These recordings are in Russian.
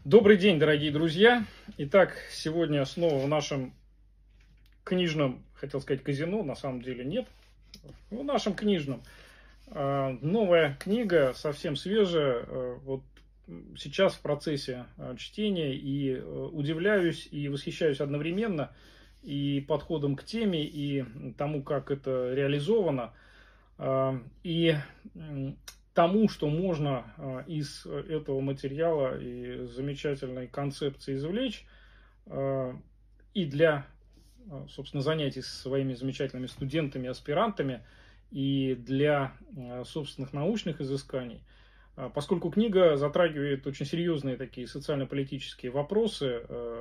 Добрый день, дорогие друзья! Итак, сегодня снова в нашем книжном, хотел сказать казино, на самом деле нет, в нашем книжном. Новая книга, совсем свежая, вот сейчас в процессе чтения, и удивляюсь, и восхищаюсь одновременно и подходом к теме, и тому, как это реализовано, и тому, что можно из этого материала и замечательной концепции извлечь и для, собственно, занятий со своими замечательными студентами, аспирантами, и для собственных научных изысканий, поскольку книга затрагивает очень серьезные такие социально-политические вопросы,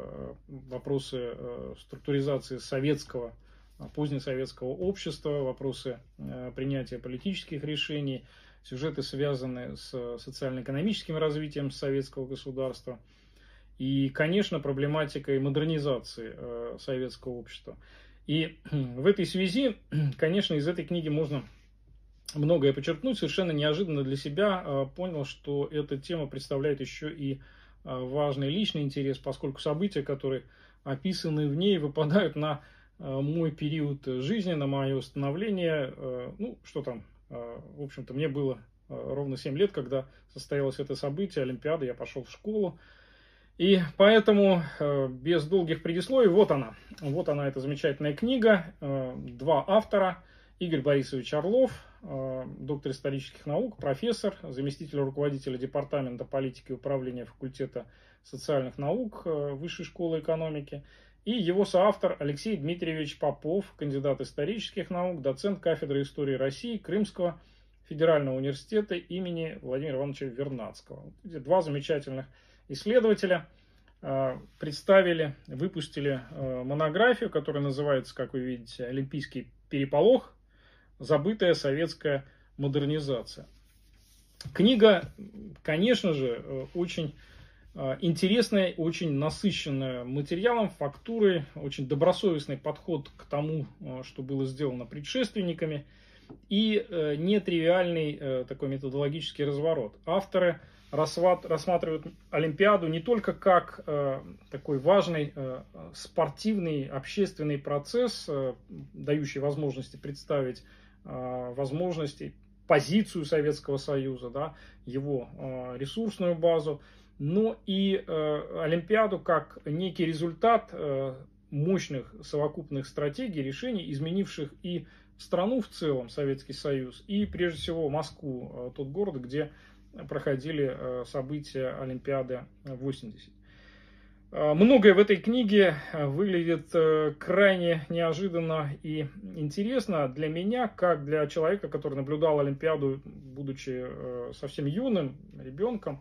вопросы структуризации советского, позднесоветского общества, вопросы принятия политических решений, сюжеты связаны с социально-экономическим развитием советского государства и, конечно, проблематикой модернизации советского общества. И в этой связи, конечно, из этой книги можно многое почерпнуть. Совершенно неожиданно для себя понял, что эта тема представляет еще и важный личный интерес, поскольку события, которые описаны в ней, выпадают на мой период жизни, на мое становление. Ну, что там, в общем-то, мне было ровно 7 лет, когда состоялось это событие, Олимпиада, я пошел в школу. И поэтому, без долгих предисловий, вот она, эта замечательная книга. Два автора: Игорь Борисович Орлов, доктор исторических наук, профессор, заместитель руководителя департамента политики и управления факультета социальных наук Высшей школы экономики, и его соавтор Алексей Дмитриевич Попов, кандидат исторических наук, доцент кафедры истории России Крымского федерального университета имени Владимира Ивановича Вернадского. Эти два замечательных исследователя представили, выпустили монографию, которая называется, как вы видите, «Олимпийский переполох. Забытая советская модернизация». Книга, конечно же, очень интересная, очень насыщенная материалом, фактурой, очень добросовестный подход к тому, что было сделано предшественниками, и нетривиальный такой методологический разворот. Авторы рассматривают Олимпиаду не только как такой важный спортивный, общественный процесс, дающий возможности представить возможности, позицию Советского Союза, да, его ресурсную базу, но и Олимпиаду как некий результат мощных совокупных стратегий, решений, изменивших и страну в целом, Советский Союз, и прежде всего Москву, тот город, где проходили события Олимпиады 80. Многое в этой книге выглядит крайне неожиданно и интересно для меня, как для человека, который наблюдал Олимпиаду, будучи совсем юным ребенком.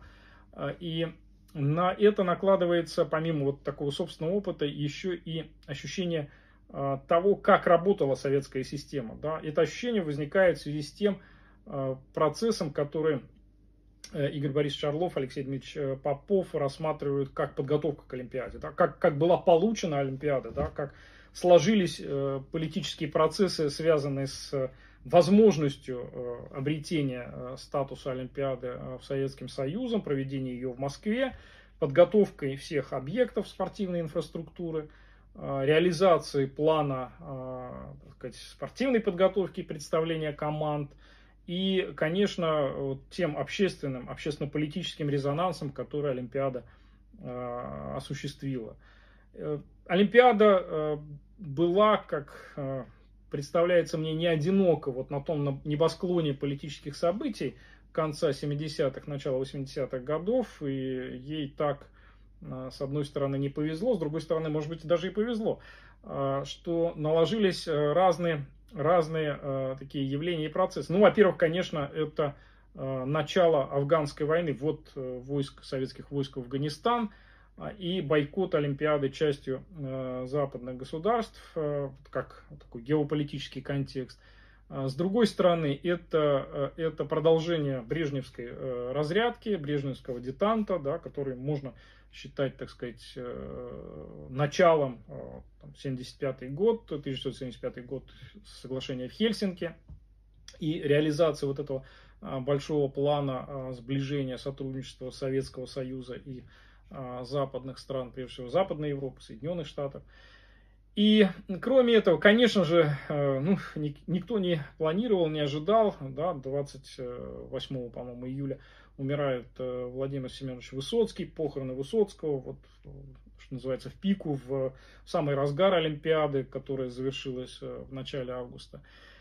И на это накладывается, помимо вот такого собственного опыта, еще и ощущение того, как работала советская система. Да? Это ощущение возникает в связи с тем процессом, который Игорь Борисович Орлов, Алексей Дмитриевич Попов рассматривают как подготовка к Олимпиаде. Да? Как была получена Олимпиада, да? Как сложились политические процессы, связанные с возможностью обретения статуса Олимпиады в Советским Союзом, проведения ее в Москве, подготовкой всех объектов спортивной инфраструктуры, реализации плана, так сказать, спортивной подготовки и представления команд, и, конечно, тем общественно-политическим резонансом, который Олимпиада осуществила. Олимпиада была, как представляется мне, не одиноко вот на том небосклоне политических событий конца 70-х, начала 80-х годов, и ей так, с одной стороны, не повезло, с другой стороны, может быть, даже и повезло, что наложились разные такие явления и процессы. Ну, во-первых, конечно, это начало афганской войны, ввод советских войск в Афганистан и бойкот Олимпиады частью западных государств, как такой геополитический контекст. С другой стороны, это продолжение брежневской разрядки, брежневского детанта, да, который можно считать, так сказать, началом 1975 год, соглашения в Хельсинки, и реализация вот этого большого плана сближения, сотрудничества Советского Союза и западных стран, прежде всего Западной Европы, Соединенных Штатов. И кроме этого, конечно же, ну, никто не планировал, не ожидал, да, 28, по-моему, июля умирает Владимир Семенович Высоцкий, похороны Высоцкого, вот, что называется, в пику, в самый разгар Олимпиады, которая завершилась в начале августа.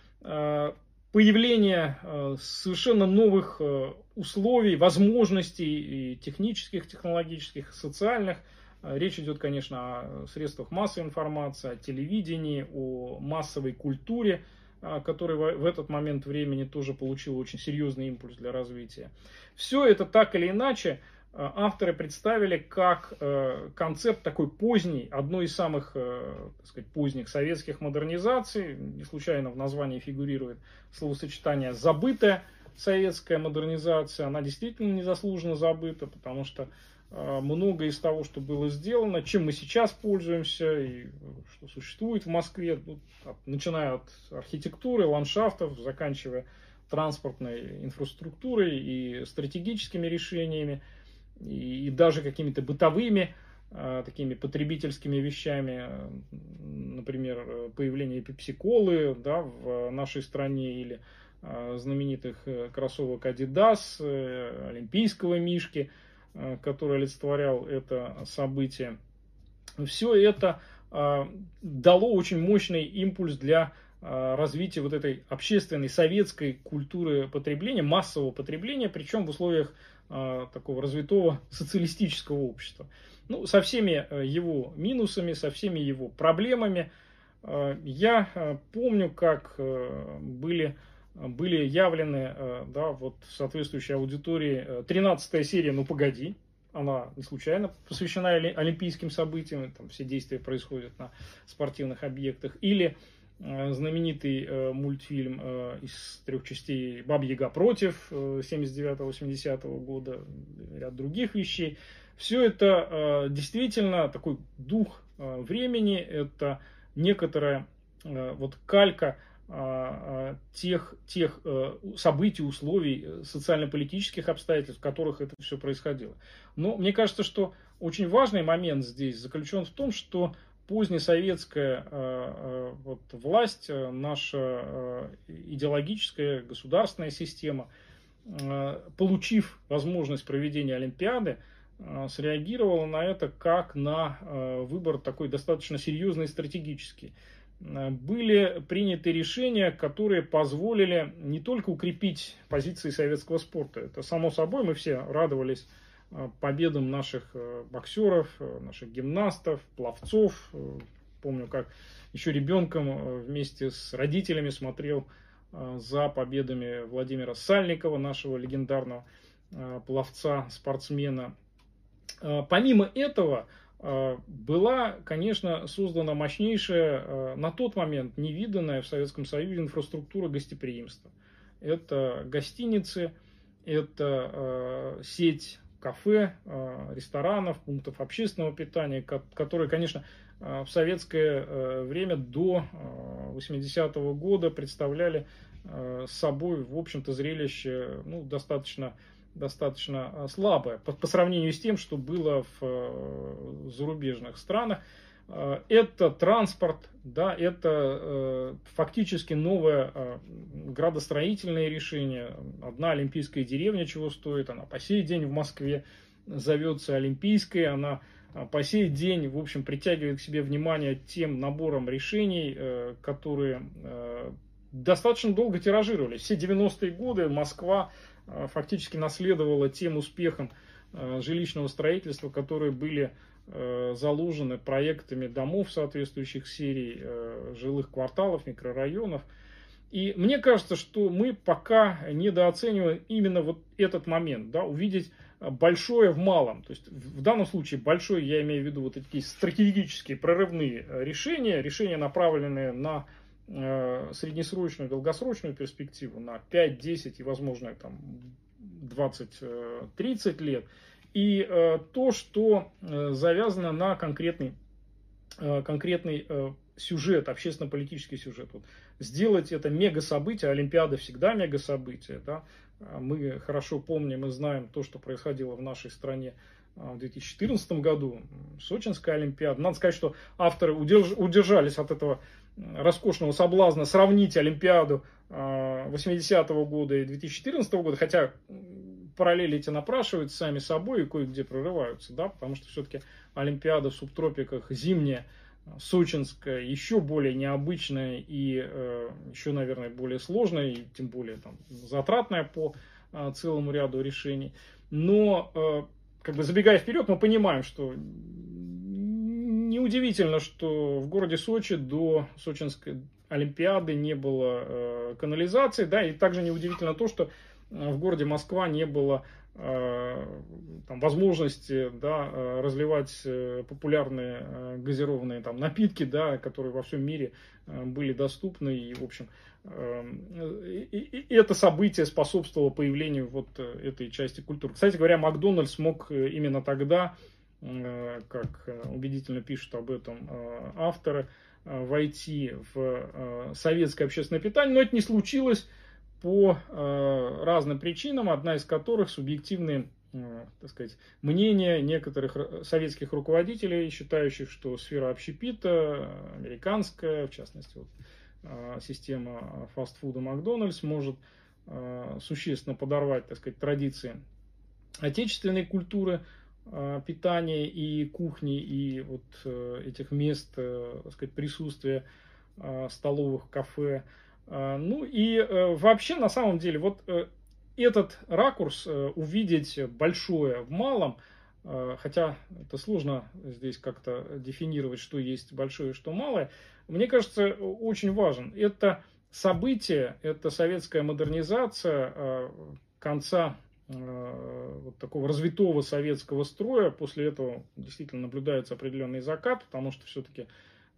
Появление совершенно новых условий, возможностей и технических, технологических, социальных. Речь идет, конечно, о средствах массовой информации, о телевидении, о массовой культуре, которая в этот момент времени тоже получила очень серьезный импульс для развития. Все это так или иначе авторы представили как концепт такой поздний, одной из самых, так сказать, поздних советских модернизаций. Не случайно в названии фигурирует словосочетание «забытая советская модернизация». Она действительно незаслуженно забыта, потому что многое из того, что было сделано, чем мы сейчас пользуемся и что существует в Москве, начиная от архитектуры, ландшафтов, заканчивая транспортной инфраструктурой и стратегическими решениями, и даже какими-то бытовыми, такими потребительскими вещами, например, появление пепси-колы, да, в нашей стране, или знаменитых кроссовок Adidas, олимпийского мишки, который олицетворял это событие. Все это дало очень мощный импульс для развития вот этой общественной советской культуры потребления, массового потребления, причем в условиях такого развитого социалистического общества. Ну, со всеми его минусами, со всеми его проблемами. Я помню, как были явлены, да, вот соответствующей аудитории 13-я серия «Ну погоди». Она не случайно посвящена олимпийским событиям, там все действия происходят на спортивных объектах. Или знаменитый мультфильм из 3 частей «Баба-Яга против» 79-80 года, ряд других вещей. Все это действительно такой дух времени, это некоторая вот калька тех событий, условий, социально-политических обстоятельств, в которых это все происходило. Но мне кажется, что очень важный момент здесь заключен в том, что позднесоветская вот власть, наша идеологическая государственная система, получив возможность проведения Олимпиады, среагировала на это как на выбор такой достаточно серьезный и стратегический. Были приняты решения, которые позволили не только укрепить позиции советского спорта. Это само собой, мы все радовались победам наших боксеров, наших гимнастов, пловцов. Помню, как еще ребенком вместе с родителями смотрел за победами Владимира Сальникова, нашего легендарного пловца, спортсмена. Помимо этого, была, конечно, создана мощнейшая, на тот момент невиданная в Советском Союзе инфраструктура гостеприимства. Это гостиницы, это сеть кафе, ресторанов, пунктов общественного питания, которые, конечно, в советское время до 80-го года представляли собой, в общем-то, зрелище, ну, достаточно слабое по сравнению с тем, что было в зарубежных странах. Это транспорт, да, это фактически новое градостроительное решение. Одна олимпийская деревня чего стоит, она по сей день в Москве зовется Олимпийской, она по сей день, в общем, притягивает к себе внимание тем набором решений, которые достаточно долго тиражировались. Все 90-е годы Москва фактически наследовала тем успехам жилищного строительства, которые были заложены проектами домов соответствующих серий, жилых кварталов, микрорайонов. И мне кажется, что мы пока недооцениваем именно вот этот момент, да, увидеть большое в малом. То есть в данном случае большое, я имею в виду вот такие стратегические прорывные решения, направленные на среднесрочную, долгосрочную перспективу, на 5, 10 и, возможно, там 20-30 лет. И то, что завязано на конкретный сюжет, общественно-политический сюжет. Вот сделать это мега-событие, Олимпиада всегда мега-событие, да, Мы хорошо помним и знаем то, что происходило в нашей стране в 2014 году, Сочинская Олимпиада. Надо сказать, что авторы удержались от этого роскошного соблазна сравнить Олимпиаду 80-го года и 2014 года, хотя параллели эти напрашиваются сами собой и кое-где прорываются, да, потому что все-таки Олимпиада в субтропиках зимняя, сочинская, еще более необычная и еще, наверное, более сложная, и тем более там, затратная по целому ряду решений. Но, как бы забегая вперед, мы понимаем, что неудивительно, что в городе Сочи до Сочинской Олимпиады не было канализации, да, и также неудивительно то, что в городе Москва не было там, возможности, да, разливать популярные газированные там, напитки, да, которые во всем мире были доступны. И, в общем, это событие способствовало появлению вот этой части культуры. Кстати говоря, Макдональдс смог именно тогда, как убедительно пишут об этом авторы, войти в советское общественное питание, но это не случилось по разным причинам, одна из которых субъективные, так сказать, мнения некоторых советских руководителей, считающих, что сфера общепита, американская, в частности, вот, система фастфуда Макдональдс, может существенно подорвать, так сказать, традиции отечественной культуры питания и кухни, и вот этих мест, так сказать, присутствия столовых, кафе. Ну и вообще, на самом деле, вот этот ракурс увидеть большое в малом, хотя это сложно здесь как-то дефинировать, что есть большое и что малое, мне кажется, очень важен. Это событие, это советская модернизация конца вот такого развитого советского строя. После этого действительно наблюдается определенный закат, потому что все-таки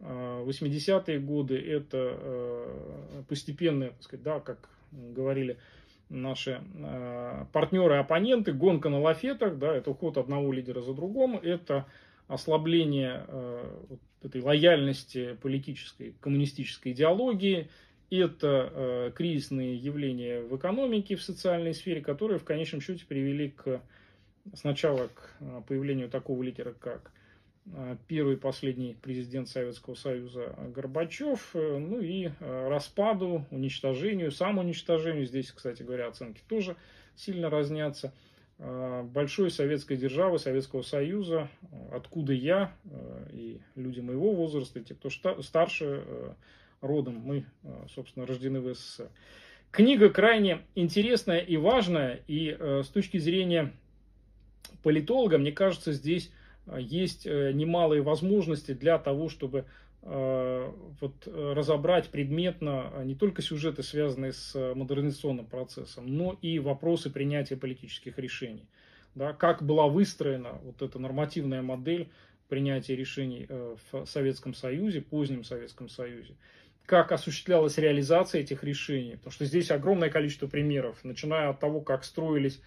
80-е годы это постепенно, так сказать, да, как говорили наши партнеры и оппоненты, гонка на лафетах, да, это уход одного лидера за другим, это ослабление вот этой лояльности политической, коммунистической идеологии, это кризисные явления в экономике, в социальной сфере, которые в конечном счете привели сначала к появлению такого лидера, как первый и последний президент Советского Союза Горбачев, ну и распаду, уничтожению, самоуничтожению. Здесь, кстати говоря, оценки тоже сильно разнятся. Большой советской державы, Советского Союза, откуда я и люди моего возраста, и те, кто старше родом, мы, собственно, рождены в СССР. Книга крайне интересная и важная, и с точки зрения политолога, мне кажется, здесь есть немалые возможности для того, чтобы вот, разобрать предметно не только сюжеты, связанные с модернизационным процессом, но и вопросы принятия политических решений. Да, как была выстроена вот эта нормативная модель принятия решений в Советском Союзе, позднем Советском Союзе. Как осуществлялась реализация этих решений. Потому что здесь огромное количество примеров, начиная от того, как строились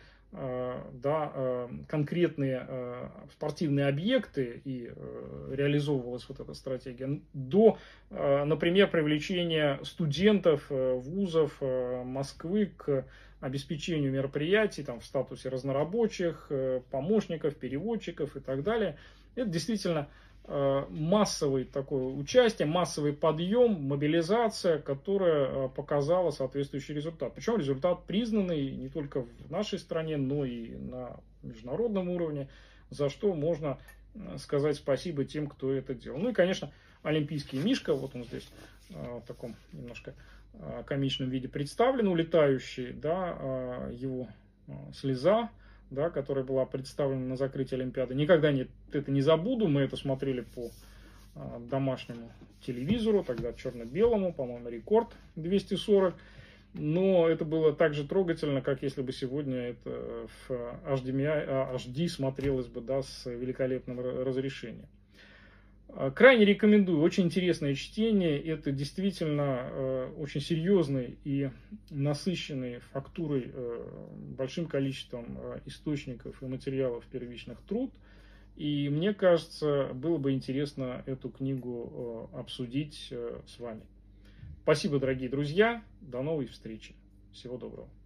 конкретные спортивные объекты и реализовывалась вот эта стратегия, до, например, привлечения студентов вузов Москвы к обеспечению мероприятий там, в статусе разнорабочих, помощников, переводчиков и так далее. Это действительно массовое такое участие, массовый подъем, мобилизация, которая показала соответствующий результат. Причем результат признанный не только в нашей стране, но и на международном уровне, за что можно сказать спасибо тем, кто это делал. Ну и, конечно, олимпийский мишка, вот он здесь в таком немножко комичном виде представлен, улетающий, да, его слеза, да, которая была представлена на закрытии Олимпиады. Никогда это не забуду. Мы это смотрели по домашнему телевизору, тогда черно-белому, по-моему, рекорд 240. Но это было так же трогательно, как если бы сегодня это в HD смотрелось бы, да, с великолепным разрешением. Крайне рекомендую, очень интересное чтение, это действительно очень серьезный и насыщенный фактурой, большим количеством источников и материалов первичных труд. И мне кажется, было бы интересно эту книгу обсудить с вами. Спасибо, дорогие друзья, до новой встречи, всего доброго.